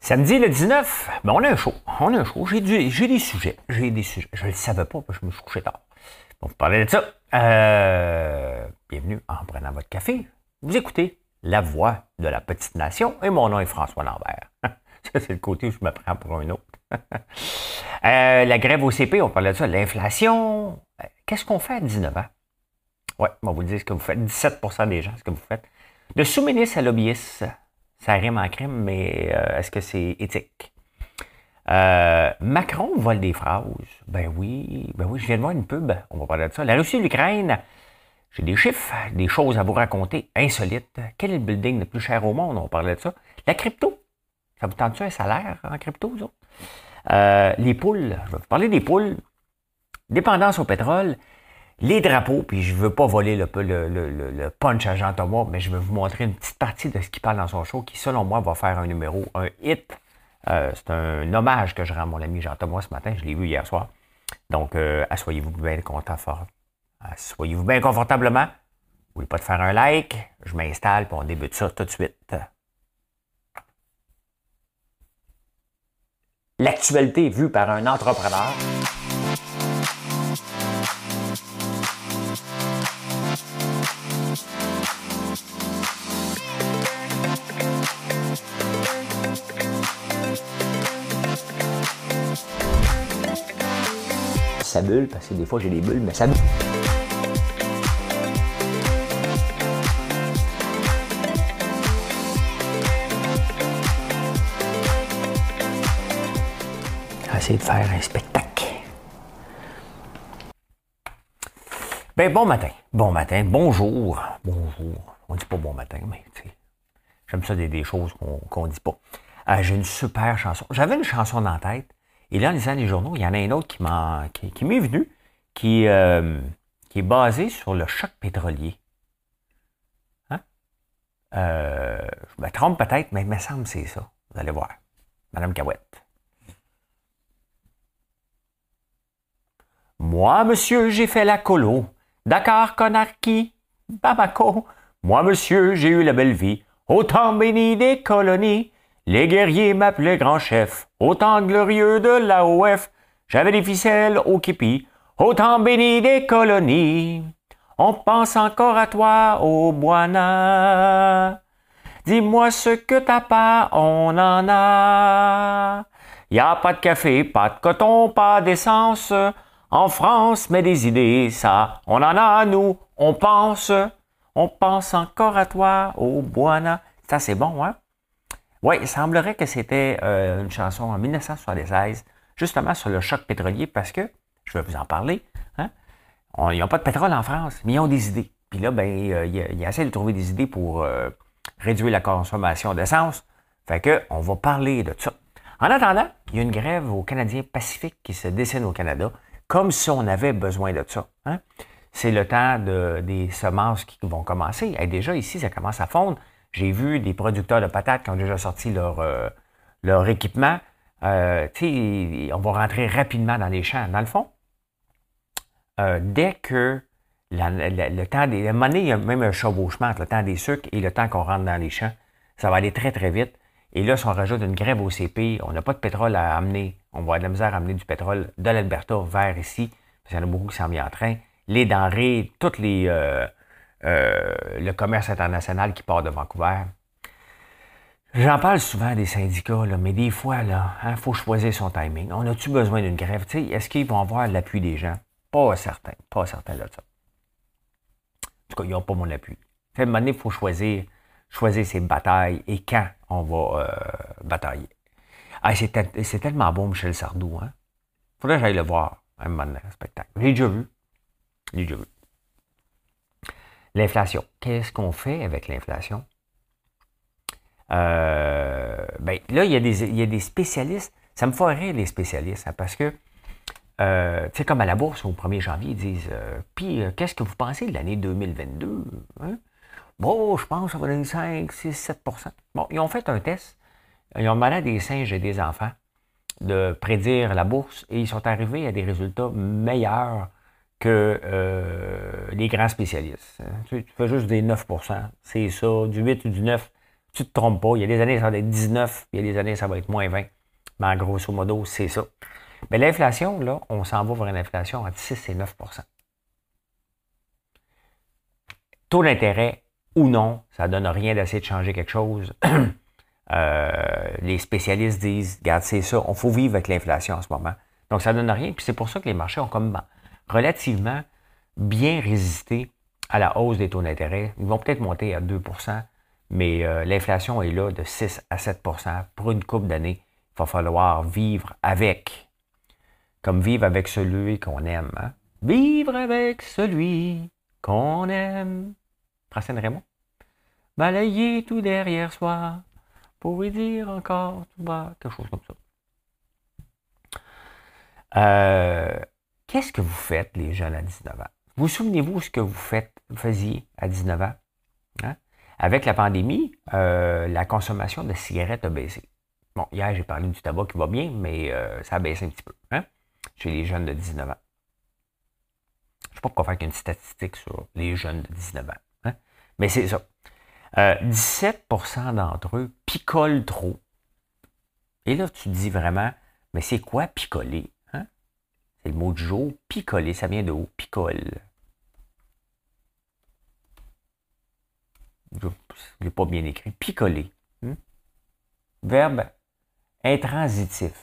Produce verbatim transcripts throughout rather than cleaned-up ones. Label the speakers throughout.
Speaker 1: Samedi le dix-neuf, ben on a un show. On a un show. J'ai, du, j'ai des sujets. J'ai des sujets. Je ne le savais pas parce que je me suis couché tard. Bon, vous parlez de ça. Euh, bienvenue en prenant votre café. Vous écoutez La Voix de la Petite Nation et mon nom est François Lambert. Ça, c'est le côté où je me prends pour un autre. euh, la grève au C P, on parlait de ça. L'inflation. Qu'est-ce qu'on fait à dix-neuf ans? Oui, on va vous dire ce que vous faites. dix-sept pour cent des gens, ce que vous faites. De sous-ministre à lobbyiste. Ça rime en crime, mais euh, est-ce que c'est éthique? Euh, Macron vole des phrases. Ben oui, ben oui, je viens de voir une pub. On va parler de ça. La Russie et l'Ukraine, j'ai des chiffres, des choses à vous raconter insolites. Quel est le building le plus cher au monde? On va parler de ça. La crypto, ça vous tente-tu un salaire en crypto, vous autres? Euh, les poules, je vais vous parler des poules. Dépendance au pétrole. Les drapeaux, puis je ne veux pas voler le, le, le, le punch à Jean-Thomas, mais je vais vous montrer une petite partie de ce qu'il parle dans son show qui, selon moi, va faire un numéro, un hit. Euh, c'est un hommage que je rends à mon ami Jean-Thomas ce matin. Je l'ai vu hier soir. Donc, euh, asseyez-vous bien confortablement. Asseyez-vous bien confortablement. N'oubliez pas de faire un like. Je m'installe, puis on débute ça tout de suite. L'actualité vue par un entrepreneur. Ça bulle, parce que des fois j'ai des bulles, mais ça bulle. Essayer de faire un spectacle. Ben bon matin, bon matin, bonjour, bonjour. On dit pas bon matin, mais tu sais, j'aime ça des, des choses qu'on qu'on dit pas. Euh, j'ai une super chanson. J'avais une chanson dans la tête. Et là, en lisant les journaux, il y en a un autre qui, m'en, qui, qui m'est venu, qui, euh, qui est basé sur le choc pétrolier. Hein? Euh, je me trompe peut-être, mais il me semble que c'est ça. Vous allez voir. Madame Cahouette. Moi, monsieur, j'ai fait la colo. Dakar, Conakry, Bamako. Moi, monsieur, j'ai eu la belle vie. Au temps béni des colonies. Les guerriers m'appelaient grand chef, au temps glorieux de l'A O F, j'avais des ficelles au képi, au temps béni des colonies. On pense encore à toi, au Boana. Dis-moi ce que t'as pas, on en a. Y a pas de café, pas de coton, pas d'essence. En France, mais des idées, ça, on en a, nous, on pense. On pense encore à toi, au Boana. Ça, c'est bon, hein? Oui, il semblerait que c'était euh, une chanson en dix-neuf cent soixante-seize, justement sur le choc pétrolier, parce que, je vais vous en parler, hein, on, ils n'ont pas de pétrole en France, mais ils ont des idées. Puis là, ben, euh, ils, ils essaient de trouver des idées pour euh, réduire la consommation d'essence. Fait que, on va parler de ça. En attendant, il y a une grève aux Canadiens Pacifiques qui se dessine au Canada, comme si on avait besoin de ça. Hein. C'est le temps de, des semences qui vont commencer. Et déjà, ici, ça commence à fondre. J'ai vu des producteurs de patates qui ont déjà sorti leur, euh, leur équipement. Euh, tu sais, on va rentrer rapidement dans les champs. Dans le fond, euh, dès que la, la, le temps des... À un moment donné, il y a même un chevauchement entre le temps des sucres et le temps qu'on rentre dans les champs. Ça va aller très, très vite. Et là, si on rajoute une grève au C P, on n'a pas de pétrole à amener. On va avoir de la misère à amener du pétrole de l'Alberta vers ici, parce qu'il y en a beaucoup qui s'en viennent en train. Les denrées, toutes les... Euh, Euh, le commerce international qui part de Vancouver. J'en parle souvent des syndicats, là, mais des fois, il hein, faut choisir son timing. On a-tu besoin d'une grève? T'sais, est-ce qu'ils vont avoir l'appui des gens? Pas certain. Pas certain de ça. En tout cas, ils n'ont pas mon appui. À un moment donné, il faut choisir, choisir ses batailles et quand on va euh, batailler. Ah, c'est, te- c'est tellement beau, Michel Sardou. Hein? Faudrait que j'aille le voir à un moment donné, un spectacle. J'ai déjà vu. J'ai déjà vu. L'inflation. Qu'est-ce qu'on fait avec l'inflation? Euh, ben, là, il y, a des, il y a des spécialistes. Ça me fait rire, les spécialistes, hein, parce que, euh, tu sais, comme à la bourse, au premier janvier, ils disent euh, puis, euh, qu'est-ce que vous pensez de l'année deux mille vingt-deux? Hein? Bon, je pense que ça va donner cinq, six, sept pour cent. Bon, ils ont fait un test. Ils ont demandé à des singes et des enfants de prédire la bourse et ils sont arrivés à des résultats meilleurs que euh, les grands spécialistes. Tu, tu fais juste des neuf pour cent, c'est ça, du huit ou du neuf, Tu te trompes pas. Il y a des années, ça va être dix-neuf, il y a des années, ça va être moins vingt. Mais en grosso modo, c'est ça. Mais l'inflation, là, on s'en va vers une inflation entre six et neuf pour cent. Taux d'intérêt ou non, ça ne donne rien d'essayer de changer quelque chose. euh, les spécialistes disent, regarde, c'est ça, on faut vivre avec l'inflation en ce moment. Donc, ça ne donne rien. Puis c'est pour ça que les marchés ont comme relativement bien résisté à la hausse des taux d'intérêt. Ils vont peut-être monter à deux pour cent, mais euh, l'inflation est là de six à sept pour cent pour une couple d'années. Il va falloir vivre avec. Comme vivre avec celui qu'on aime. Hein? Vivre avec celui qu'on aime. Francine Raymond. Balayer tout derrière soi pour y dire encore tout bas. Quelque chose comme ça. Euh, Qu'est-ce que vous faites, les jeunes à dix-neuf ans? Vous souvenez-vous ce que vous faites, vous faisiez à dix-neuf ans? Hein? Avec la pandémie, euh, la consommation de cigarettes a baissé. Bon, hier, j'ai parlé du tabac qui va bien, mais euh, ça a baissé un petit peu. Hein? Chez les jeunes de dix-neuf ans. Je ne sais pas pourquoi faire une statistique sur les jeunes de dix-neuf ans. Hein? Mais c'est ça. Euh, dix-sept pour cent d'entre eux picolent trop. Et là, tu te dis vraiment, mais c'est quoi picoler? Hein? C'est le mot du jour. Picoler, ça vient de où? Picole. Je l'ai pas bien écrit. Picoler. Hein? Verbe intransitif.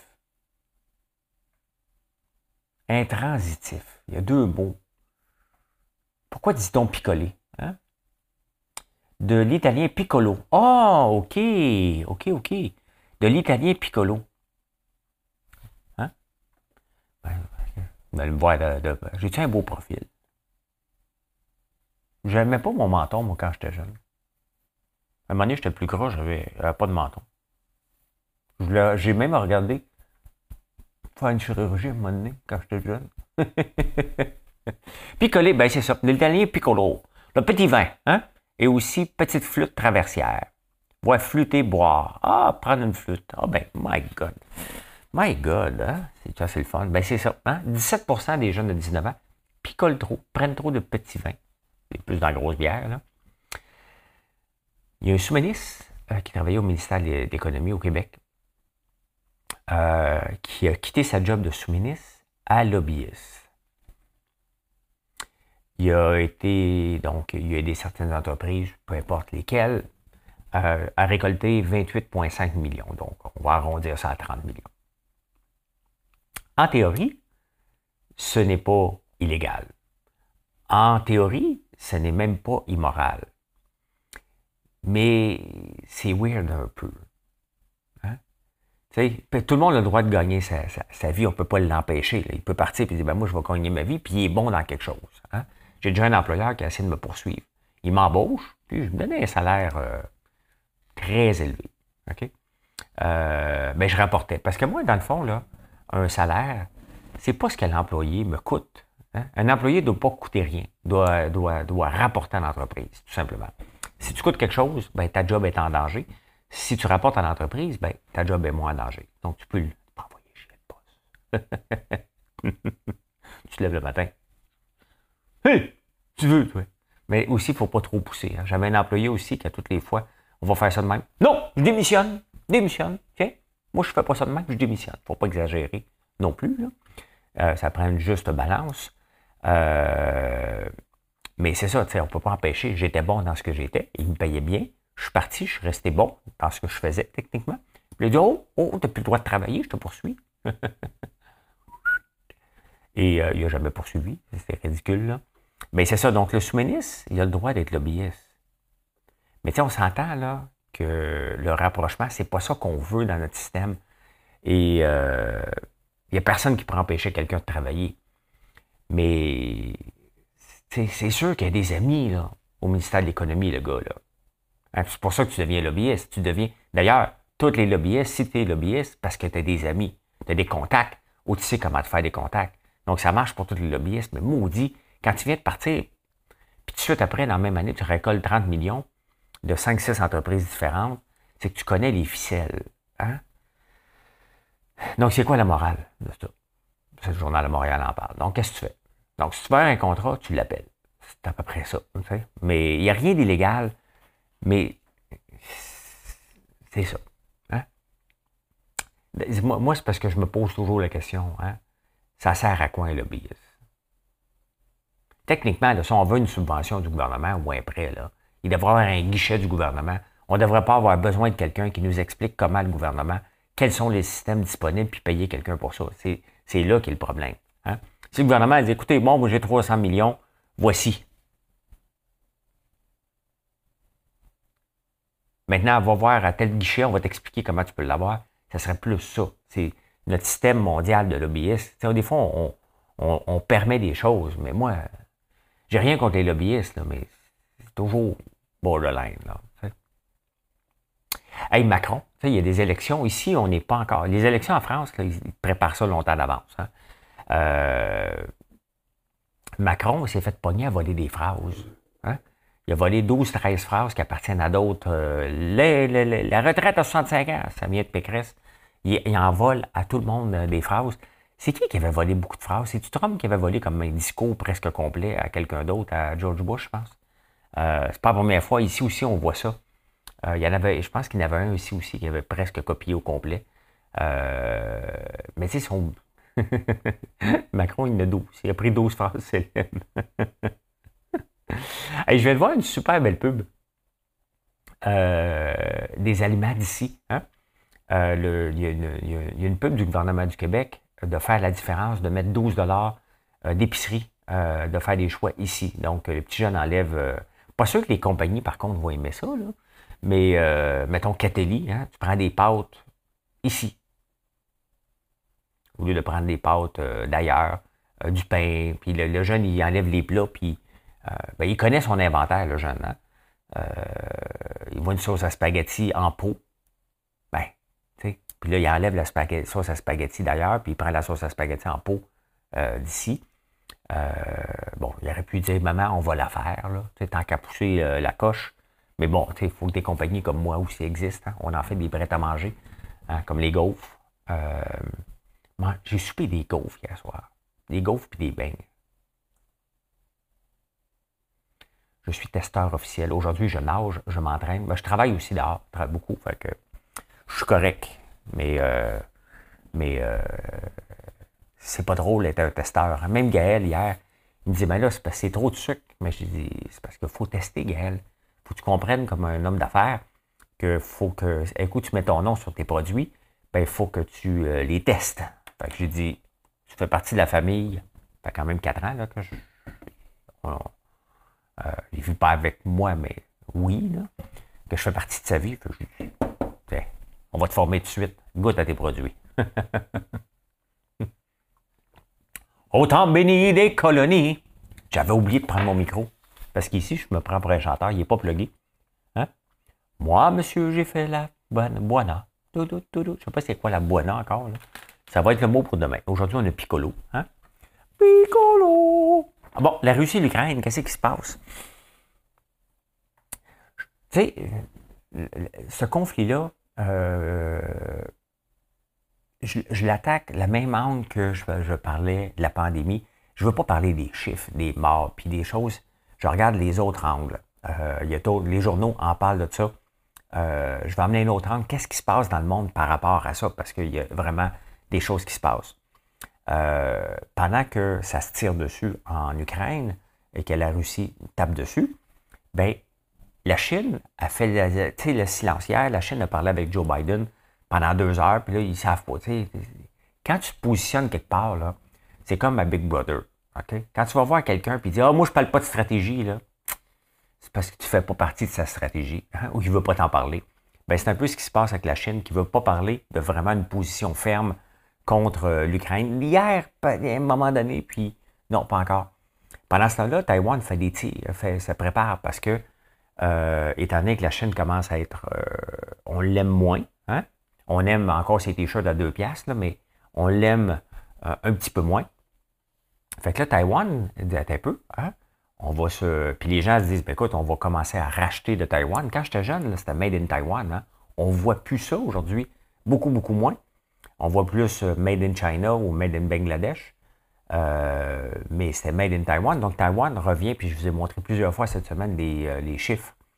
Speaker 1: Intransitif. Il y a deux mots. Pourquoi dit-on picoler? Hein? De l'italien piccolo. Ah, oh, OK. OK, OK. De l'italien piccolo. Hein? Vous allez me voir de, de, j'ai-tu un beau profil? J'aimais pas mon menton, moi, quand j'étais jeune. À un moment donné, j'étais plus gras, j'avais pas de menton. J'ai même regardé faire une chirurgie à un moment donné, quand j'étais jeune. Picoler, ben c'est ça. L'italien piccolo. Le petit vin, hein? Et aussi petite flûte traversière. Ouais, flûter, boire. Ah, prendre une flûte. Ah ben, my God. My God, hein? C'est assez le fun. Ben c'est ça. Hein? dix-sept pour cent des jeunes de dix-neuf ans picolent trop, prennent trop de petits vins. C'est plus dans la grosse bière, là. Il y a un sous-ministre euh, qui travaillait au ministère de l'Économie au Québec euh, qui a quitté sa job de sous-ministre à lobbyiste. Il a été, donc, il a aidé certaines entreprises, peu importe lesquelles, euh, à récolter vingt-huit virgule cinq millions. Donc, on va arrondir ça à trente millions. En théorie, ce n'est pas illégal. En théorie, ce n'est même pas immoral. Mais c'est weird un peu. Hein? Tout le monde a le droit de gagner sa, sa, sa vie, on ne peut pas l'empêcher. Il peut partir et dire, ben, moi, je vais gagner ma vie, puis il est bon dans quelque chose. Hein? J'ai déjà un employeur qui a essayé de me poursuivre. Il m'embauche, puis je me donnais un salaire euh, très élevé. Okay? Euh, ben, je rapportais. Parce que moi, dans le fond, là, un salaire, c'est pas ce que l'employé me coûte. Hein? Un employé ne doit pas coûter rien, doit, doit, doit rapporter à l'entreprise, tout simplement. Si tu coûtes quelque chose, ben, ta job est en danger. Si tu rapportes à l'entreprise, ben, ta job est moins en danger. Donc, tu peux le pas envoyer chier le poste. Tu te lèves le matin. Hey! Tu veux, toi? Mais aussi, il ne faut pas trop pousser. Hein. J'avais un employé aussi qui, à toutes les fois, on va faire ça de même. Non! Je démissionne! Démissionne! Tiens! Moi, je ne fais pas ça de même, je démissionne. Il ne faut pas exagérer non plus. Là. Euh, ça prend une juste balance. Euh, mais c'est ça, on ne peut pas empêcher. J'étais bon dans ce que j'étais. Il me payait bien. Je suis parti, je suis resté bon dans ce que je faisais, techniquement. Il a dit, oh, oh, tu n'as plus le droit de travailler, je te poursuis. Et euh, il n'a jamais poursuivi. C'était ridicule, là. Mais c'est ça, donc le sous-ministre, il a le droit d'être lobbyiste. Mais tu sais, on s'entend, là, que le rapprochement, c'est pas ça qu'on veut dans notre système. Et euh, il n'y a personne qui pourrait empêcher quelqu'un de travailler. Mais c'est sûr qu'il y a des amis, là, au ministère de l'Économie, le gars, là. Hein, c'est pour ça que tu deviens lobbyiste. Tu deviens. D'ailleurs, tous les lobbyistes, si tu es lobbyiste, parce que tu as des amis, tu as des contacts, ou tu sais comment te faire des contacts. Donc, ça marche pour tous les lobbyistes. Mais maudit, quand tu viens de partir, puis tout de suite après, dans la même année, tu récoltes trente millions de cinq six entreprises différentes, c'est que tu connais les ficelles. Hein? Donc, c'est quoi la morale de ça? C'est le journal de Montréal en parle. Donc, qu'est-ce que tu fais? Donc, si tu perds un contrat, tu l'appelles. C'est à peu près ça. Tu sais? Mais il n'y a rien d'illégal. Mais C'est ça. Hein? Moi, moi c'est parce que je me pose toujours la question. Hein? Ça sert à quoi un lobbyiste? Techniquement, là, si on veut une subvention du gouvernement ou un prêt, là, il devrait y avoir un guichet du gouvernement. On ne devrait pas avoir besoin de quelqu'un qui nous explique comment le gouvernement, quels sont les systèmes disponibles, puis payer quelqu'un pour ça. C'est, c'est là qu'est le problème. Hein? Si le gouvernement dit, écoutez, bon, moi j'ai trois cents millions, voici. Maintenant, on va voir à tel guichet, on va t'expliquer comment tu peux l'avoir. Ça serait plus ça. C'est notre système mondial de lobbyistes. T'sais, des fois, on, on, on permet des choses, mais moi, j'ai rien contre les lobbyistes, là, mais c'est toujours borderline. Là, t'sais. Hey, Macron, il y a des élections. Ici, on n'est pas encore. Les élections en France, là, ils préparent ça longtemps d'avance. Hein. Euh, Macron s'est fait pogner à voler des phrases. Hein. Il a volé douze treize phrases qui appartiennent à d'autres. Euh, les, les, les, la retraite à soixante-cinq ans, ça vient de Pécresse. Il, il en vole à tout le monde euh, des phrases. C'est qui qui avait volé beaucoup de phrases? C'est-tu Trump qui avait volé comme un discours presque complet à quelqu'un d'autre, à George Bush, je pense? Euh, c'est pas la première fois. Ici aussi, on voit ça. Euh, il y en avait, je pense qu'il y en avait un ici aussi qui avait presque copié au complet. Euh, mais tu sais, son... Macron, il en a douze. Il a pris douze phrases célèbres. Hey, je viens de voir une super belle pub euh, des aliments d'ici. Hein? Euh, le, il, y a une, il, y a, il y a une pub du gouvernement du Québec de faire la différence, de mettre douze dollars euh, d'épicerie, euh, de faire des choix ici. Donc, les petits jeunes enlèvent... Euh, pas sûr que les compagnies, par contre, vont aimer ça, là. Mais, euh, mettons, Catelli, hein, tu prends des pâtes ici. Au lieu de prendre des pâtes euh, d'ailleurs, euh, du pain, puis le, le jeune, il enlève les plats, puis euh, ben, il connaît son inventaire, le jeune. Hein? Euh, il voit une sauce à spaghetti en pot. Ben, tu sais. Puis là, il enlève la spaghetti, sauce à spaghetti d'ailleurs, puis il prend la sauce à spaghetti en pot euh, d'ici. Euh, bon, il aurait pu dire, maman, on va la faire, là, tant qu'à pousser euh, la coche. Mais bon, il faut que des compagnies comme moi aussi existent. Hein? On en fait des prêts à manger, hein? Comme les gaufres. Euh, moi, j'ai soupé des gaufres hier soir. Des gaufres puis des beignes. Je suis testeur officiel. Aujourd'hui, je nage, je m'entraîne. Ben, je travaille aussi dehors, je travaille beaucoup, fait que je suis correct. Mais, euh, mais euh, c'est pas drôle d'être un testeur. Même Gaël, hier, il me dit, ben là, c'est parce que c'est trop de sucre. Mais je dis, c'est parce qu'il faut tester, Gaël. Faut que tu comprennes comme un homme d'affaires que faut que, écoute, tu mets ton nom sur tes produits, ben il faut que tu euh, les testes. Fait que j'ai dit, tu fais partie de la famille. Ça fait quand même quatre ans là, que je. On, euh, il ne vit pas avec moi, mais oui, là, que je fais partie de sa vie. Fait que je dis, tiens, on va te former tout de suite. Goûte à tes produits. Autant béni des colonies. J'avais oublié de prendre mon micro. Parce qu'ici, je me prends pour un chanteur, il n'est pas plugué. Hein? Moi, monsieur, j'ai fait la buona. Je ne sais pas c'est quoi la buona encore. Là. Ça va être le mot pour demain. Aujourd'hui, on a piccolo. Hein? Piccolo! Ah bon, la Russie et l'Ukraine, qu'est-ce qui se passe? Tu sais, ce conflit-là, euh, je, je l'attaque la même angle que je, je parlais de la pandémie. Je ne veux pas parler des chiffres, des morts, puis des choses. Je regarde les autres angles. Euh, il y a les journaux en parlent de ça. Euh, je vais amener un autre angle. Qu'est-ce qui se passe dans le monde par rapport à ça? Parce qu'il y a vraiment des choses qui se passent. Euh, pendant que ça se tire dessus en Ukraine et que la Russie tape dessus, bien, la Chine a fait le, le silenciaire. La Chine a parlé avec Joe Biden pendant deux heures, puis là, ils ne savent pas. T'sais, quand tu te positionnes quelque part, là, c'est comme à Big Brother. Okay? Quand tu vas voir quelqu'un et dire ah, moi, je ne parle pas de stratégie, là, c'est parce que tu ne fais pas partie de sa stratégie hein, ou qu'il ne veut pas t'en parler. Ben, c'est un peu ce qui se passe avec la Chine qui ne veut pas parler de vraiment une position ferme contre euh, l'Ukraine. Hier, à un moment donné, puis non, pas encore. Pendant ce temps-là, Taïwan fait des tirs, fait, se prépare parce que, euh, étant donné que la Chine commence à être... Euh, on l'aime moins. Hein? On aime encore ses t-shirts à deux piastres, là, mais on l'aime euh, un petit peu moins. Fait que là, Taïwan dit un peu, hein? On va se. Puis les gens se disent, ben écoute, on va commencer à racheter de Taïwan. Quand j'étais jeune, là, c'était Made in Taiwan. Hein? On ne voit plus ça aujourd'hui. Beaucoup, beaucoup moins. On voit plus Made in China ou Made in Bangladesh. Euh, mais c'était Made in Taiwan. Donc, Taïwan revient, puis je vous ai montré plusieurs fois cette semaine les, euh, les chiffres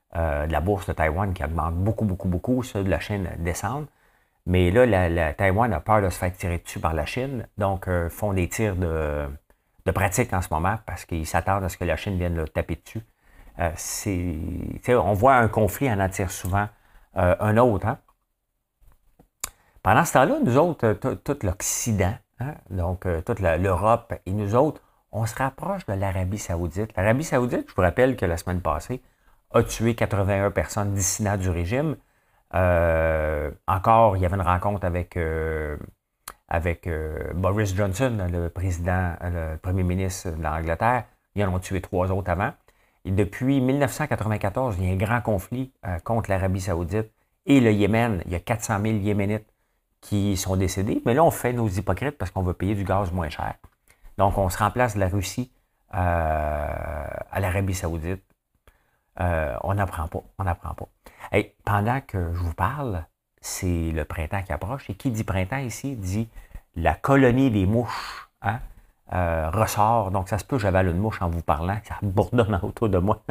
Speaker 1: euh, de la bourse de Taïwan qui augmente beaucoup, beaucoup, beaucoup, ceux de la Chine descendent. Mais là, la, la Taïwan a peur de se faire tirer dessus par la Chine, donc euh, font des tirs de, de pratique en ce moment parce qu'ils s'attendent à ce que la Chine vienne le taper dessus. Euh, c'est, on voit un conflit en attire souvent euh, un autre. Hein? Pendant ce temps-là, nous autres, tout l'Occident, hein? donc euh, toute l'Europe et nous autres, on se rapproche de l'Arabie Saoudite. L'Arabie Saoudite, je vous rappelle que la semaine passée, a tué quatre-vingt-un personnes dissidentes du régime. Euh, encore, il y avait une rencontre avec, euh, avec euh, Boris Johnson, le président, le premier ministre de l'Angleterre. Ils en ont tué trois autres avant. Et depuis mille neuf cent quatre-vingt-quatorze, il y a un grand conflit euh, contre l'Arabie Saoudite et le Yémen. Il y a quatre cent mille Yéménites qui sont décédés. Mais là, on fait nos hypocrites parce qu'on veut payer du gaz moins cher. Donc, on se remplace de la Russie euh, à l'Arabie Saoudite. Euh, on n'apprend pas. On n'apprend pas. Hey, pendant que je vous parle, c'est le printemps qui approche. Et qui dit printemps ici dit la colonie des mouches hein, euh, ressort. Donc, ça se peut, j'avale une mouche en vous parlant. Ça bourdonne autour de moi.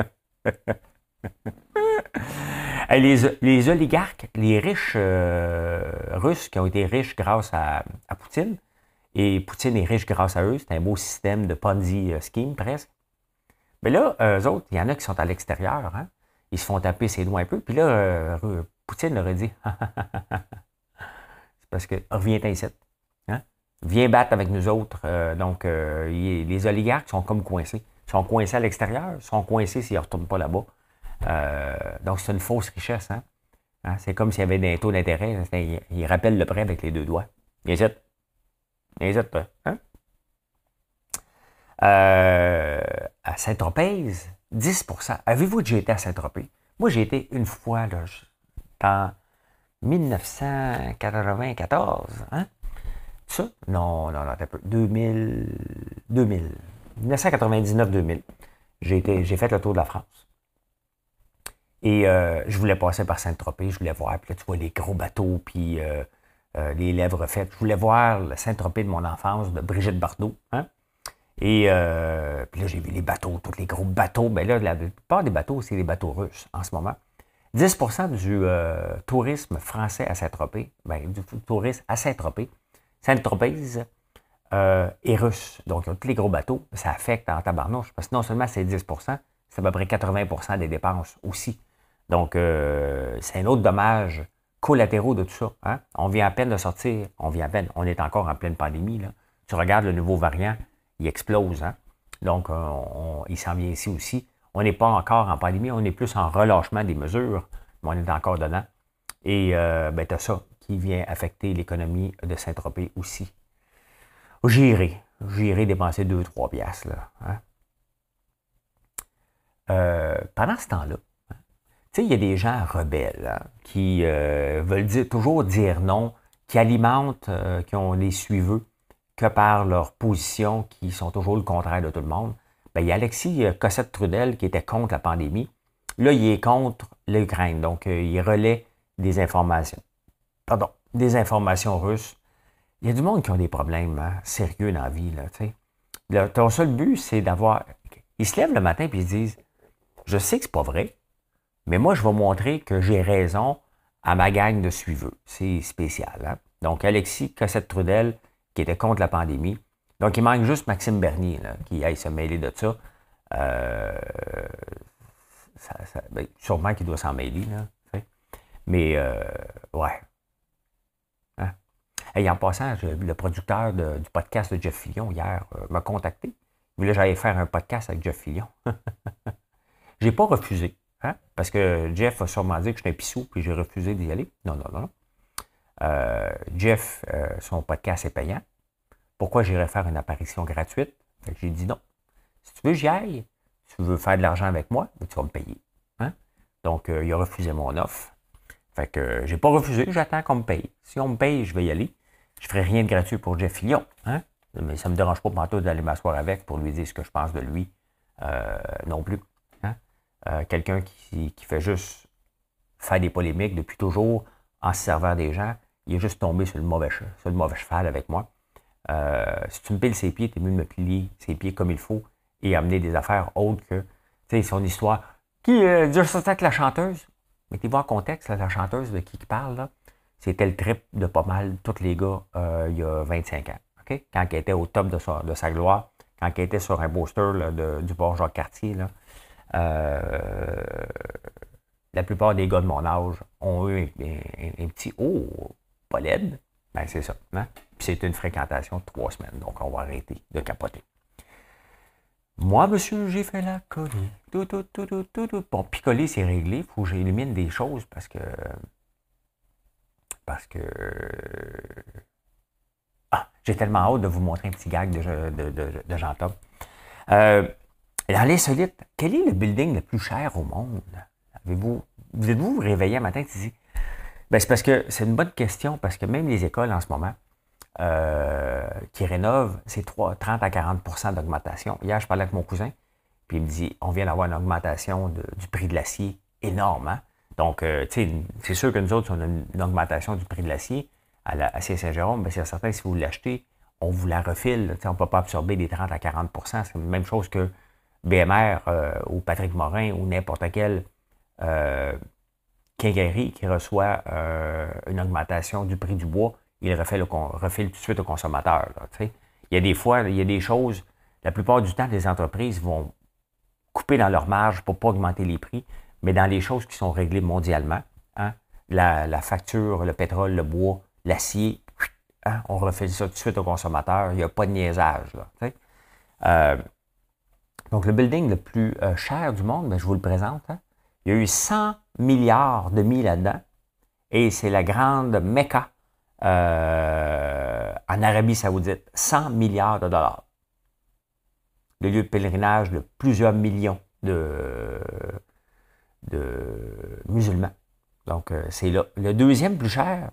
Speaker 1: hey, les, les oligarques, les riches euh, russes qui ont été riches grâce à, à Poutine, et Poutine est riche grâce à eux. C'est un beau système de Ponzi scheme, presque. Mais là, eux autres, il y en a qui sont à l'extérieur. Hein? Ils se font taper ses doigts un peu. Puis là, euh, Poutine leur a dit c'est parce que reviens-t'en ici. Hein? Viens battre avec nous autres. Euh, donc, euh, il, les oligarques sont comme coincés. Ils sont coincés à l'extérieur. Ils sont coincés s'ils ne retournent pas là-bas. Euh, donc, c'est une fausse richesse. Hein? Hein? C'est comme s'il y avait des taux d'intérêt. Ils, ils rappellent le prêt avec les deux doigts. Viens ici. Viens ici, hein? Euh, à Saint-Tropez, dix pour cent. Avez-vous déjà été à Saint-Tropez? Moi, j'ai été une fois, là, en mille neuf cent quatre-vingt-quatorze. Hein? Ça? Non, non, non, t'as peu. deux mille, deux mille. mille neuf cent quatre-vingt-dix-neuf deux mille. J'ai, été, j'ai fait le tour de la France. Et euh, je voulais passer par Saint-Tropez, je voulais voir. Puis là, tu vois les gros bateaux, puis euh, euh, les lèvres faites. Je voulais voir le Saint-Tropez de mon enfance, de Brigitte Bardot. Hein? Et euh, puis là, j'ai vu les bateaux, tous les gros bateaux. Bien là, la plupart des bateaux, c'est des bateaux russes en ce moment. dix pour cent du euh, tourisme français à Saint-Tropez, bien, du tourisme à Saint-Tropez, Saint-Tropez euh, est russe. Donc, tous les gros bateaux, ça affecte en tabarnouche. Parce que non seulement c'est dix pour cent, c'est à peu près quatre-vingts pour cent des dépenses aussi. Donc, euh, c'est un autre dommage collatéraux de tout ça. Hein? On vient à peine de sortir, on vient à peine, on est encore en pleine pandémie. Là. Tu regardes le nouveau variant, il explose. Hein? Donc, on, on, il s'en vient ici aussi. On n'est pas encore en pandémie, on est plus en relâchement des mesures, mais on est encore dedans. Et euh, ben, tu as ça qui vient affecter l'économie de Saint-Tropez aussi. J'irai, j'irai dépenser deux trois piastres. Là, hein? euh, pendant ce temps-là, hein, tu sais, il y a des gens rebelles hein, qui euh, veulent dire, toujours dire non, qui alimentent, euh, qui ont les suiveux, que par leur position, qui sont toujours le contraire de tout le monde. Bien, il y a Alexis Cossette-Trudel qui était contre la pandémie. Là, il est contre l'Ukraine. Donc, euh, il relaie des informations. Pardon, des informations russes. Il y a du monde qui ont des problèmes hein, sérieux dans la vie. Là, là, ton seul but, c'est d'avoir... Ils se lèvent le matin et ils se disent « Je sais que c'est pas vrai, mais moi, je vais montrer que j'ai raison à ma gang de suiveux. » C'est spécial. Hein? Donc, Alexis Cossette-Trudel qui était contre la pandémie. Donc, il manque juste Maxime Bernier, là, qui aille se mêler de ça. Euh, ça, ça ben, sûrement qu'il doit s'en mêler, là. T'sais. Mais, euh, ouais. Hein? Et en passant, je, le producteur de, du podcast de Jeff Fillion, hier, euh, m'a contacté. Il voulait que j'aille faire un podcast avec Jeff Fillion. J'ai pas refusé, hein? Parce que Jeff a sûrement dit que j'étais un pissou, puis j'ai refusé d'y aller. Non, non, non, non. Euh, Jeff, euh, son podcast est payant. Pourquoi j'irais faire une apparition gratuite? J'ai dit non. Si tu veux, j'y aille. Si tu veux faire de l'argent avec moi, ben, tu vas me payer. Hein? Donc, euh, il a refusé mon offre. Fait que euh, j'ai pas refusé, j'attends qu'on me paye. Si on me paye, je vais y aller. Je ferai rien de gratuit pour Jeff Fillion. Hein? Mais ça me dérange pas tantôt d'aller m'asseoir avec pour lui dire ce que je pense de lui euh, non plus. Hein? Euh, quelqu'un qui, qui fait juste faire des polémiques depuis toujours en se servant des gens, il est juste tombé sur le mauvais, sur le mauvais cheval avec moi. Euh, si tu me piles ses pieds, t'es mieux de me plier ses pieds comme il faut et amener des affaires autres que, tu sais, son histoire. Qui euh, dit ça avec la chanteuse? Mettez-vous en contexte, là, la chanteuse de qui qui parle, là, c'était le trip de pas mal tous les gars euh, il y a vingt-cinq ans. Okay? Quand elle était au top de sa, de sa gloire, quand elle était sur un booster là, de, du port Jacques-Cartier, là, euh, la plupart des gars de mon âge ont eu un, un, un petit « Oh, pas laide ». Ben, c'est ça. Hein? Puis c'est une fréquentation de trois semaines, donc on va arrêter de capoter. Moi, monsieur, j'ai fait la coller. Tout, tout, tout, tout, tout, tout. Bon, picoler, c'est réglé. Il faut que j'élimine des choses parce que... Parce que... Ah, j'ai tellement hâte de vous montrer un petit gag de, de, de, de Jean-Tom. Euh, dans l'insolite, quel est le building le plus cher au monde? Avez-vous, vous êtes-vous réveillé un matin et dit, ben c'est parce que c'est une bonne question, parce que même les écoles en ce moment euh, qui rénovent, c'est trente à quarante pour cent d'augmentation. Hier, je parlais avec mon cousin, puis il me dit, on vient d'avoir une augmentation de, du prix de l'acier énorme. Hein? Donc, euh, tu sais, c'est sûr que nous autres, on a une, une augmentation du prix de l'acier à, la, à Saint-Jérôme, mais c'est certain que si vous l'achetez, on vous la refile. On ne peut pas absorber des trente à quarante pour cent. C'est la même chose que B M R euh, ou Patrick Morin ou n'importe quel euh, quincaillerie qui reçoit euh, une augmentation du prix du bois, il refile, le, refile tout de suite au consommateur. Là, il y a des fois, il y a des choses, la plupart du temps, les entreprises vont couper dans leur marge pour ne pas augmenter les prix, mais dans les choses qui sont réglées mondialement, hein, la, la facture, le pétrole, le bois, l'acier, hein, on refile ça tout de suite au consommateur, il n'y a pas de niaisage. Là, euh, donc, le building le plus euh, cher du monde, ben, je vous le présente, hein, il y a eu cent milliards de mis là-dedans, et c'est la grande Mecca euh, en Arabie Saoudite, cent milliards de dollars. Le lieu de pèlerinage de plusieurs millions de, de musulmans. Donc, euh, c'est là. Le deuxième plus cher,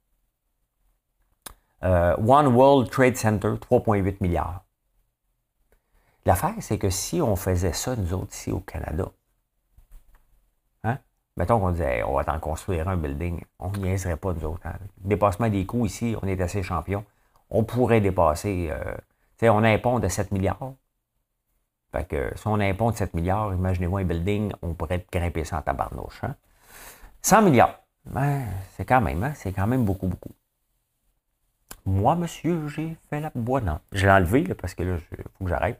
Speaker 1: euh, One World Trade Center, trois virgule huit milliards. L'affaire, c'est que si on faisait ça, nous autres, ici au Canada, hein, mettons qu'on disait, hey, on va t'en construire un building, on n'y niaiserait pas, nous autres. Hein. Le dépassement des coûts ici, on est assez champion. On pourrait dépasser, euh, tu sais, on a un pont de sept milliards. Fait que si on a un pont de sept milliards, imaginez-vous un building, on pourrait grimper ça en tabarnouche. Hein. cent milliards. Ben, c'est quand même, hein, c'est quand même beaucoup, beaucoup. Moi, monsieur, j'ai fait la boîte. Non, je l'ai enlevé là, parce que là, il faut que j'arrête.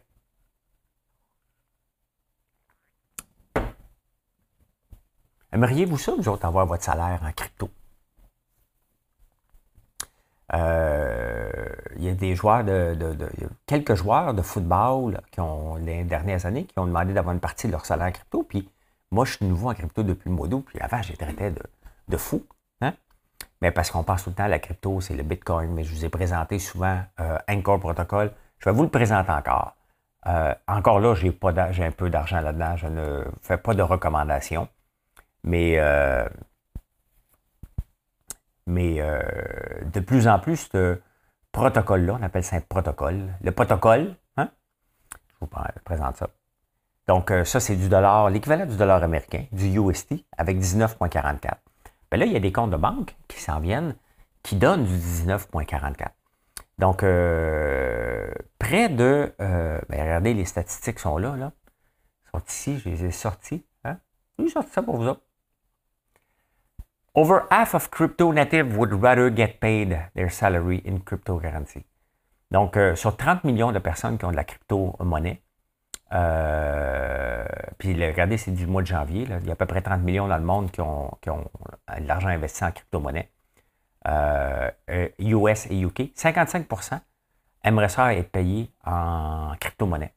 Speaker 1: Aimeriez-vous ça, vous autres, avoir votre salaire en crypto? Euh, il y a des joueurs de, de, de il y a quelques joueurs de football qui ont, les dernières années, qui ont demandé d'avoir une partie de leur salaire en crypto. Puis moi, je suis nouveau en crypto depuis le mois d'août. Puis avant, j'ai traité de, de fou. Hein? Mais parce qu'on pense tout le temps à la crypto, c'est le Bitcoin. Mais je vous ai présenté souvent euh, Anchor Protocol. Je vais vous le présenter encore. Euh, encore là, j'ai, pas j'ai un peu d'argent là-dedans. Je ne fais pas de recommandations. Mais, euh, mais euh, de plus en plus, ce protocole-là, on appelle ça un protocole. Le protocole, hein? Je vous présente ça. Donc, euh, ça, c'est du dollar, l'équivalent du dollar américain, du U S D, avec dix-neuf virgule quarante-quatre. Bien là, il y a des comptes de banque qui s'en viennent, qui donnent du dix-neuf virgule quarante-quatre. Donc, euh, près de... Euh, bien, regardez, les statistiques sont là, là. Ils sont ici, je les ai sortis. Hein? J'ai sorti ça pour vous autres. Over half of crypto natives would rather get paid their salary in cryptocurrency. Donc, euh, sur trente millions de personnes qui ont de la crypto-monnaie, euh, puis regardez, c'est du mois de janvier, là, il y a à peu près trente millions dans le monde qui ont, qui ont de l'argent investi en crypto-monnaie, euh, U S et U K. cinquante-cinq pour cent aimeraient ça être payés en crypto-monnaie.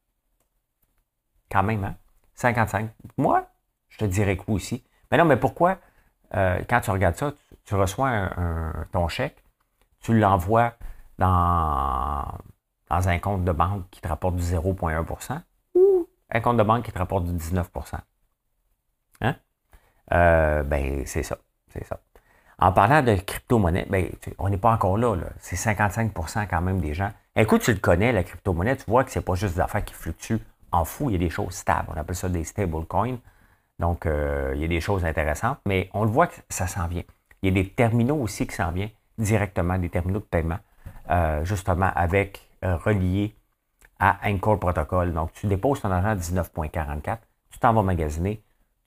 Speaker 1: Quand même, hein? cinquante-cinq. Moi, je te dirais que oui aussi. Mais non, mais pourquoi? Euh, quand tu regardes ça, tu, tu reçois un, un, ton chèque, tu l'envoies dans, dans un compte de banque qui te rapporte du zéro virgule un pour cent ou un compte de banque qui te rapporte du dix-neuf pour cent. Hein? Euh, ben, c'est ça. C'est ça. En parlant de crypto-monnaie, ben, on n'est pas encore là, là. C'est cinquante-cinq pour cent quand même des gens. Écoute, tu le connais, la crypto-monnaie, tu vois que c'est pas juste des affaires qui fluctuent en fou, il y a des choses stables. On appelle ça des stablecoins. Donc, euh, il y a des choses intéressantes, mais on le voit que ça s'en vient. Il y a des terminaux aussi qui s'en viennent directement, des terminaux de paiement, euh, justement avec euh, reliés à Anchor Protocol. Donc, tu déposes ton argent à dix-neuf virgule quarante-quatre, tu t'en vas magasiner,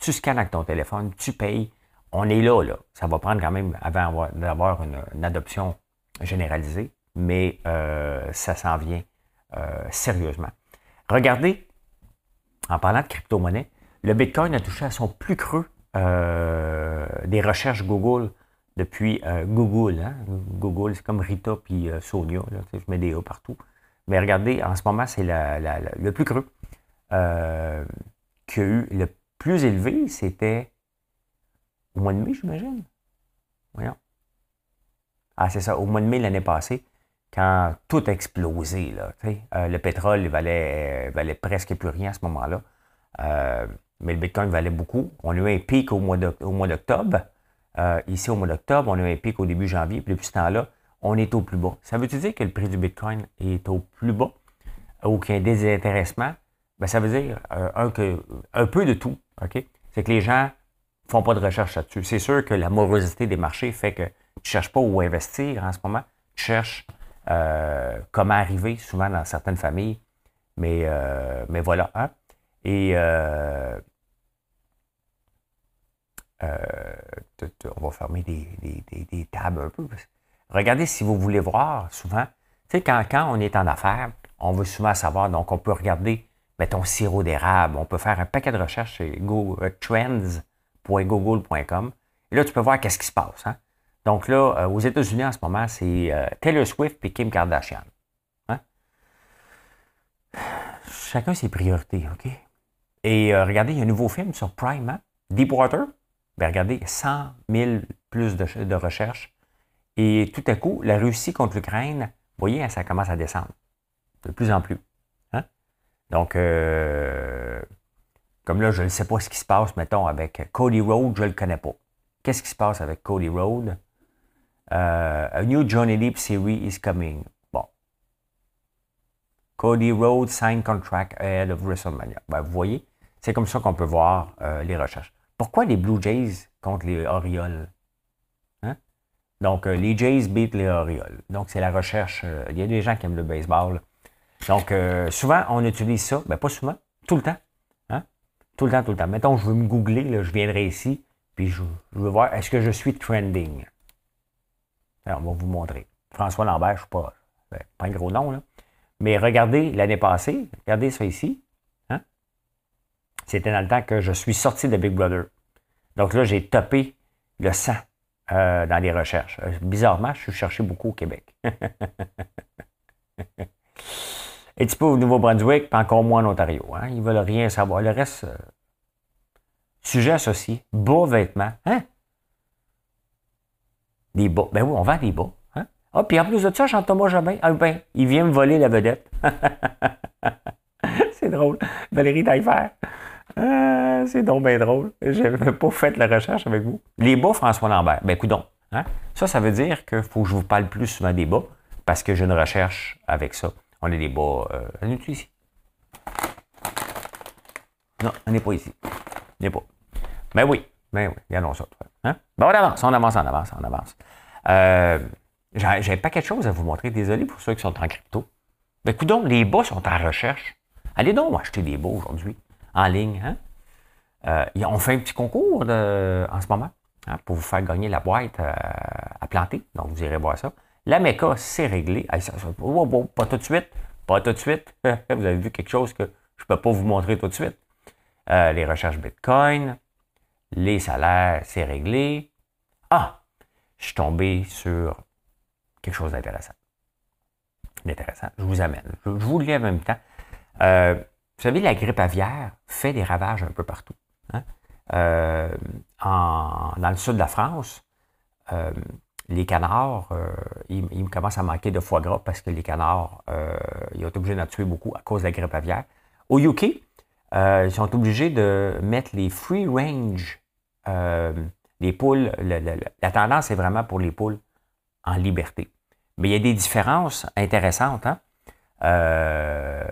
Speaker 1: tu scannes avec ton téléphone, tu payes. On est là, là. Ça va prendre quand même avant d'avoir une, une adoption généralisée, mais euh, ça s'en vient euh, sérieusement. Regardez, en parlant de crypto-monnaie, le Bitcoin a touché à son plus creux euh, des recherches Google depuis euh, Google. Hein? Google, c'est comme Rita puis euh, Sonia. Là, je mets des A partout. Mais regardez, en ce moment, c'est la, la, la, le plus creux euh, qu'il y a eu. Le plus élevé, c'était au mois de mai, j'imagine. Voyons. Ah, c'est ça, au mois de mai l'année passée, quand tout a explosé. Là, euh, le pétrole valait, euh, valait presque plus rien à ce moment-là. Euh, mais le Bitcoin valait beaucoup. On a eu un pic au mois d'octobre. Euh, ici, au mois d'octobre, on a eu un pic au début janvier. Puis depuis ce temps-là, on est au plus bas. Ça veut dire que le prix du Bitcoin est au plus bas ou qu'il y a un désintéressement? Ben, ça veut dire euh, un, que, un peu de tout. Okay? C'est que les gens ne font pas de recherche là-dessus. C'est sûr que la morosité des marchés fait que tu ne cherches pas où investir en ce moment. Tu cherches euh, comment arriver, souvent dans certaines familles. Mais, euh, mais voilà. Hein? Et euh, euh, on va fermer des, des, des, des tables un peu. Regardez si vous voulez voir souvent. Tu sais, quand, quand on est en affaires, on veut souvent savoir. Donc, on peut regarder, mettons, sirop d'érable. On peut faire un paquet de recherches chez trends point google point com. Et là, tu peux voir qu'est-ce qui se passe. Hein? Donc là, euh, aux États-Unis, en ce moment, c'est euh, Taylor Swift et Kim Kardashian. Hein? Chacun ses priorités, OK? Et euh, regardez, il y a un nouveau film sur Prime, hein? Deepwater. Bien, regardez, cent mille plus de, de recherches. Et tout à coup, la Russie contre l'Ukraine, vous voyez, ça commence à descendre. De plus en plus. Hein? Donc, euh, comme là, je ne sais pas ce qui se passe, mettons, avec Cody Rhodes, je ne le connais pas. Qu'est-ce qui se passe avec Cody Rhodes? Euh, a new Johnny Depp series is coming. Bon. Cody Rhodes signed contract ahead of WrestleMania. Ben, vous voyez, c'est comme ça qu'on peut voir euh, les recherches. Pourquoi les Blue Jays contre les Orioles? Hein? Donc, euh, les Jays beat les Orioles. Donc, c'est la recherche. Euh, il y a des gens qui aiment le baseball. Donc, euh, souvent, on utilise ça. Ben, pas souvent, tout le temps. Hein? Tout le temps, tout le temps. Mettons, je veux me googler, là, je viendrai ici, puis je, je veux voir, est-ce que je suis trending? Alors, on va vous montrer. François Lambert, je ne suis pas, ben, pas un gros nom, là. Mais regardez l'année passée, regardez ça ici. Hein? C'était dans le temps que je suis sorti de Big Brother. Donc là, j'ai topé le cent euh, dans les recherches. Euh, bizarrement, je suis cherché beaucoup au Québec. Un petit peu au Nouveau-Brunswick, puis encore moins en Ontario. Hein? Ils ne veulent rien savoir. Le reste, euh, sujet associé, bas vêtements. Hein? Des bas. Ben oui, on vend des bas. Hein? Ah, puis en plus de ça, Jean-Thomas Jobin, ah ben, il vient me voler la vedette. C'est drôle. Valérie Taillefer. Ah, c'est donc bien drôle. Je n'avais pas fait la recherche avec vous. Les bas, François Lambert. Ben, coudonc. Hein? Ça, ça veut dire qu'il faut que je vous parle plus souvent des bas parce que j'ai une recherche avec ça. On a des bas. Euh, on est ici? Non, on n'est pas ici. On n'est pas. Ben oui. Ben oui. Regardons ça. Hein? Ben, on avance, on avance, on avance, on avance. Euh, j'ai, j'ai un paquet de choses à vous montrer. Désolé pour ceux qui sont en crypto. Ben, coudonc, les bas sont en recherche. Allez donc acheter des bas aujourd'hui. En ligne. Hein? Euh, on fait un petit concours de, en ce moment hein, pour vous faire gagner la boîte euh, à planter. Donc, vous irez voir ça. La méca, c'est réglé. Hey, ça, ça, oh, oh, pas tout de suite. Pas tout de suite. Vous avez vu quelque chose que je ne peux pas vous montrer tout de suite. Euh, les recherches Bitcoin. Les salaires, c'est réglé. Ah! Je suis tombé sur quelque chose d'intéressant. D'intéressant. Je vous amène. Je, je vous le lis en même temps. Euh, Vous savez, la grippe aviaire fait des ravages un peu partout. Hein? Euh, en, dans le sud de la France, euh, les canards, euh, ils, ils commencent à manquer de foie gras parce que les canards, euh, ils ont été obligés d'en tuer beaucoup à cause de la grippe aviaire. Au U K, euh, ils sont obligés de mettre les free range, euh, les poules. Le, le, la tendance est vraiment pour les poules en liberté. Mais il y a des différences intéressantes. Hein? Euh,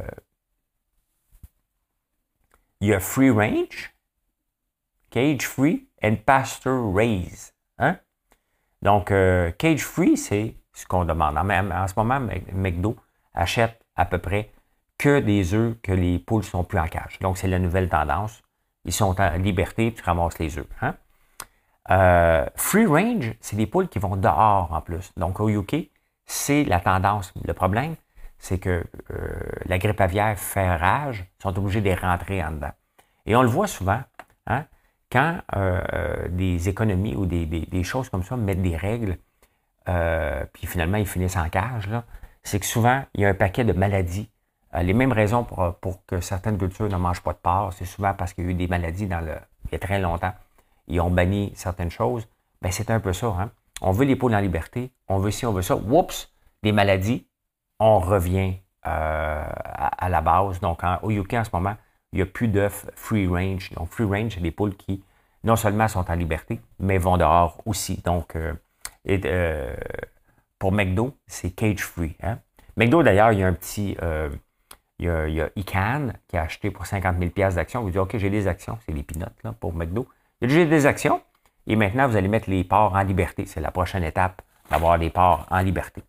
Speaker 1: Il y a free range, cage free and pasture raised. Hein? Donc, euh, cage free, c'est ce qu'on demande. En, en ce moment, McDo achète à peu près que des œufs que les poules ne sont plus en cage. Donc, c'est la nouvelle tendance. Ils sont en liberté, tu ramasses les œufs. Hein? Euh, free range, c'est des poules qui vont dehors en plus. Donc, au U K, c'est la tendance. Le problème, c'est que euh, la grippe aviaire fait rage, ils sont obligés de les rentrer en dedans. Et on le voit souvent, hein, quand euh, des économies ou des, des, des choses comme ça mettent des règles, euh, puis finalement ils finissent en cage, là, c'est que souvent, il y a un paquet de maladies. Euh, les mêmes raisons pour, pour que certaines cultures ne mangent pas de porc, c'est souvent parce qu'il y a eu des maladies dans le, il y a très longtemps. Ils ont banni certaines choses. Ben, c'est un peu ça. Hein? On veut les poules en liberté, on veut ci, on veut ça. Oups, des maladies, on revient euh, à, à la base. Donc, en, au U K, en ce moment, il n'y a plus d'œufs free range. Donc, free range, c'est des poules qui, non seulement sont en liberté, mais vont dehors aussi. Donc, euh, et, euh, pour McDo, c'est cage free. Hein? McDo, d'ailleurs, il y a un petit... Euh, il y a, il y a Ican qui a acheté pour cinquante mille dollars d'actions. Vous dites, OK, j'ai des actions. C'est des peanuts là, pour McDo. Il y a déjà des actions. Et maintenant, vous allez mettre les porcs en liberté. C'est la prochaine étape, d'avoir des porcs en liberté.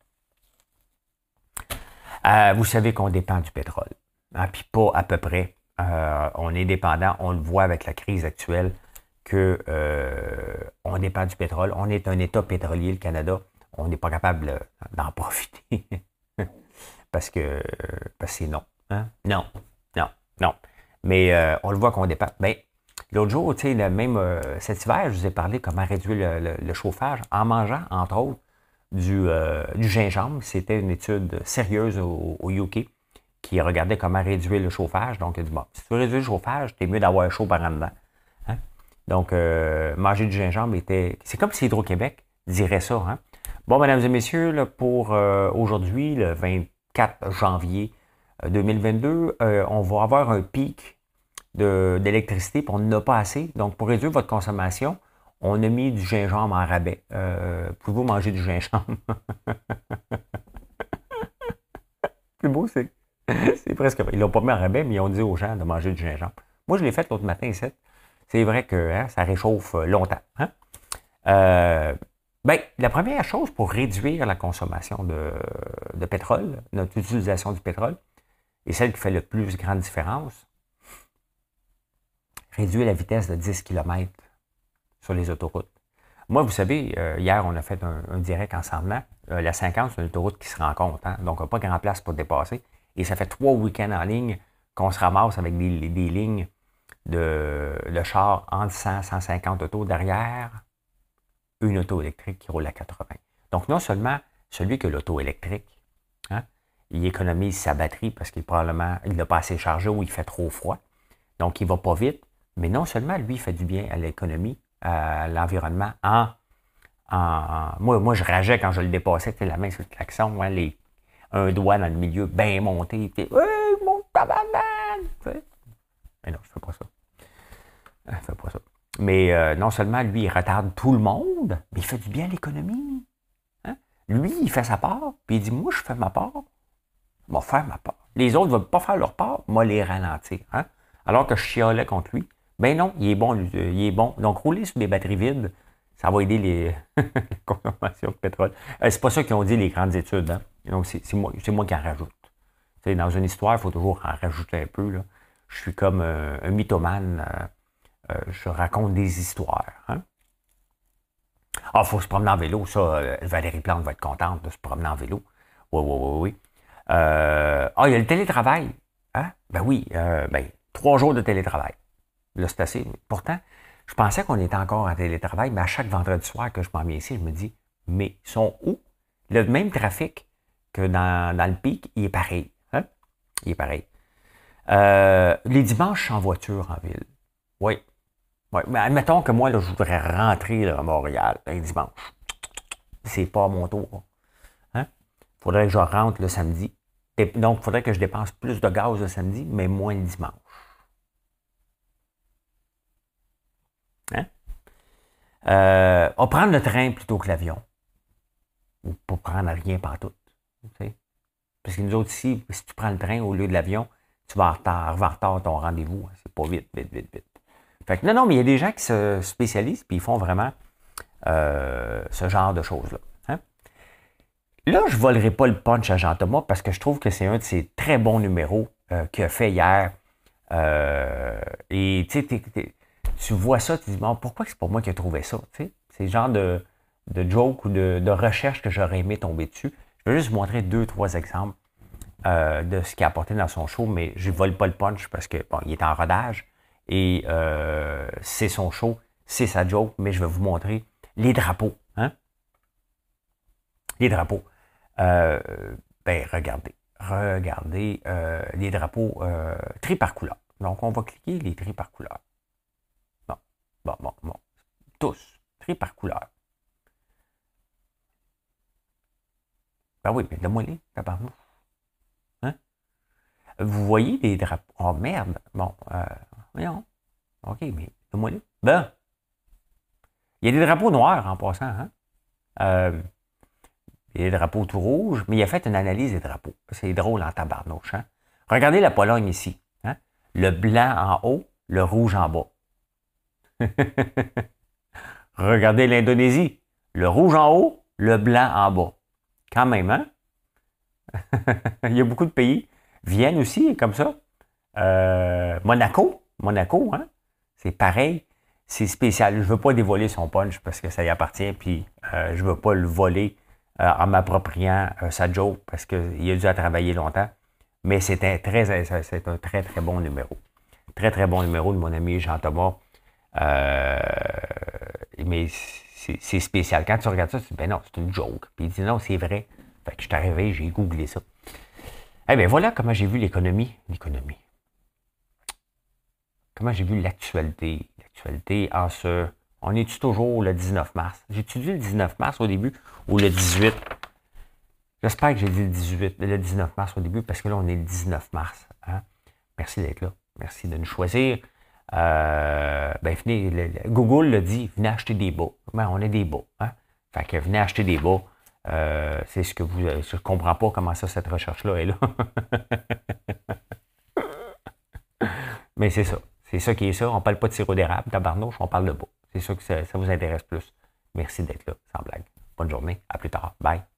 Speaker 1: Euh, vous savez qu'on dépend du pétrole. Hein, puis pas à peu près. Euh, on est dépendant. On le voit avec la crise actuelle que euh, on dépend du pétrole. On est un État pétrolier, le Canada. On n'est pas capable d'en profiter. parce que parce que c'est non. Hein? Non, non, non. Mais euh, on le voit qu'on dépend. Ben, l'autre jour, tu sais, même euh, cet hiver, je vous ai parlé comment réduire le, le, le chauffage en mangeant, entre autres, du, euh, du gingembre. C'était une étude sérieuse au, au U K qui regardait comment réduire le chauffage. Donc, il a dit, bon, si tu veux réduire le chauffage, c'est mieux d'avoir chaud par en dedans. Hein? Donc, euh, manger du gingembre était... C'est comme si Hydro-Québec dirait ça. Hein? Bon, mesdames et messieurs, là, pour euh, aujourd'hui, le vingt-quatre janvier deux mille vingt-deux, euh, on va avoir un pic de, d'électricité, puis on n'en a pas assez. Donc, pour réduire votre consommation, on a mis du gingembre en rabais. Euh, pouvez-vous manger du gingembre? C'est beau, c'est, c'est presque... Ils l'ont pas mis en rabais, mais ils ont dit aux gens de manger du gingembre. Moi, je l'ai fait l'autre matin ici. C'est vrai que hein, ça réchauffe longtemps. Hein? Euh, ben, la première chose pour réduire la consommation de, de pétrole, notre utilisation du pétrole, et celle qui fait le plus grande différence, réduire la vitesse de dix kilomètres sur les autoroutes. Moi, vous savez, euh, hier, on a fait un, un direct ensemble. Euh, la cinquante, c'est une autoroute qui se rencontre. Hein? Donc, on n'a pas grand place pour dépasser. Et ça fait trois week-ends en ligne qu'on se ramasse avec des, des lignes de, de chars entre cent et cent cinquante autos derrière une auto électrique qui roule à quatre-vingts. Donc, non seulement celui qui a l'auto électrique, hein, il économise sa batterie parce qu'il probablement il n'a pas assez chargé ou il fait trop froid. Donc, il ne va pas vite. Mais non seulement lui, il fait du bien à l'économie, à l'environnement. En, en, en, moi, moi, je rageais quand je le dépassais, la main sur le klaxon, hein, les, un doigt dans le milieu bien monté. Puis, hey, mon tabarnak! Mais non, je ne fais pas ça. Je ne fais pas ça. Mais euh, non seulement lui, il retarde tout le monde, mais il fait du bien à l'économie. Hein? Lui, il fait sa part, puis il dit, moi, je fais ma part. Je vais faire ma part. Les autres ne veulent pas faire leur part, moi, les ralentir. Hein? Alors que je chialais contre lui. Ben non, il est bon, lui, il est bon. Donc, rouler sur des batteries vides, ça va aider les consommations de pétrole. Euh, c'est pas ça qu'ils ont dit les grandes études. Hein? Donc, c'est, c'est, moi, c'est moi qui en rajoute. T'sais, dans une histoire, il faut toujours en rajouter un peu. Là. Je suis comme euh, un mythomane. Euh, euh, je raconte des histoires. Hein? Ah, il faut se promener en vélo. Ça, euh, Valérie Plante va être contente de se promener en vélo. Oui, oui, oui, oui. Euh, ah, il y a le télétravail. Hein? Ben oui, euh, ben, trois jours de télétravail. Là, c'est assez. Pourtant, je pensais qu'on était encore en télétravail, mais à chaque vendredi soir que je m'en viens ici, je me dis, mais ils sont où? Le même trafic que dans, dans le pic, il est pareil. Hein? Il est pareil. Euh, les dimanches, je suis en voiture en ville. Oui. Oui. Mais admettons que moi, là, je voudrais rentrer là, à Montréal un dimanche. C'est pas à mon tour. Hein? Il faudrait que je rentre le samedi. Donc, il faudrait que je dépense plus de gaz le samedi, mais moins le dimanche. Hein? Euh, on va prendre le train plutôt que l'avion. Ou pas prendre rien partout. Tu sais? Parce que nous autres ici, si tu prends le train au lieu de l'avion, tu vas en retard, vas en retard à ton rendez-vous. C'est pas vite, vite, vite, vite. Fait que non, non, mais il y a des gens qui se spécialisent et ils font vraiment euh, ce genre de choses-là. Hein? Là, je ne volerai pas le punch à Jean-Thomas parce que je trouve que c'est un de ses très bons numéros euh, qu'il a fait hier Euh, et tu sais, tu vois ça, tu te dis, bon, pourquoi c'est pas moi qui ai trouvé ça? C'est le genre de, de joke ou de, de recherche que j'aurais aimé tomber dessus. Je vais juste vous montrer deux, trois exemples euh, de ce qu'il a apporté dans son show, mais je ne vole pas le punch parce que bon, il est en rodage et euh, c'est son show, c'est sa joke, mais je vais vous montrer les drapeaux. Hein? Les drapeaux. Euh, ben, regardez. Regardez euh, les drapeaux euh, tri par couleur. Donc, on va cliquer les tri par couleur. Bon, bon, bon, bon. Tous. Tri par couleur. Ben oui, mais donne-moi-les, tabarnou. Hein? Vous voyez les drapeaux. Oh merde. Bon, euh, voyons. OK, mais donne-moi-les. Ben. Il y a des drapeaux noirs en passant, hein? Euh, il y a des drapeaux tout rouges, mais il a fait une analyse des drapeaux. C'est drôle en tabarnouche, hein? Regardez la Pologne ici. Hein? Le blanc en haut, le rouge en bas. Regardez l'Indonésie. Le rouge en haut, le blanc en bas. Quand même, hein? Il y a beaucoup de pays. Vienne aussi est comme ça. Euh, Monaco. Monaco, hein? C'est pareil. C'est spécial. Je ne veux pas dévoiler son punch parce que ça y appartient, puis euh, je ne veux pas le voler euh, en m'appropriant euh, sa joke parce qu'il a dû à travailler longtemps. Mais c'est un, très, c'est un très, très bon numéro. Très, très bon numéro de mon ami Jean-Thomas. Euh, mais c'est spécial. Quand tu regardes ça, tu dis, ben non, c'est une joke. Puis il dit, non, c'est vrai. Fait que je suis arrivé, j'ai googlé ça. Eh bien, voilà comment j'ai vu l'économie. L'économie. Comment j'ai vu l'actualité. L'actualité en ce... On est-tu toujours le dix-neuf mars? J'ai-tu dit le dix-neuf mars au début ou le dix-huit? J'espère que j'ai dit le dix-huit, le dix-neuf mars au début parce que là, on est le dix-neuf mars. Hein? Merci d'être là. Merci de nous choisir. Euh, ben, venez, le, le, Google le dit, venez acheter des bas. Ben, on a des bas. Hein? Fait que venez acheter des bas. Euh, c'est ce que vous... Je ne comprends pas comment ça, cette recherche-là est là. Mais c'est ça. C'est ça qui est ça. On ne parle pas de sirop d'érable, tabarnouche, on parle de bas. C'est ça que ça, ça vous intéresse plus. Merci d'être là, sans blague. Bonne journée. À plus tard. Bye.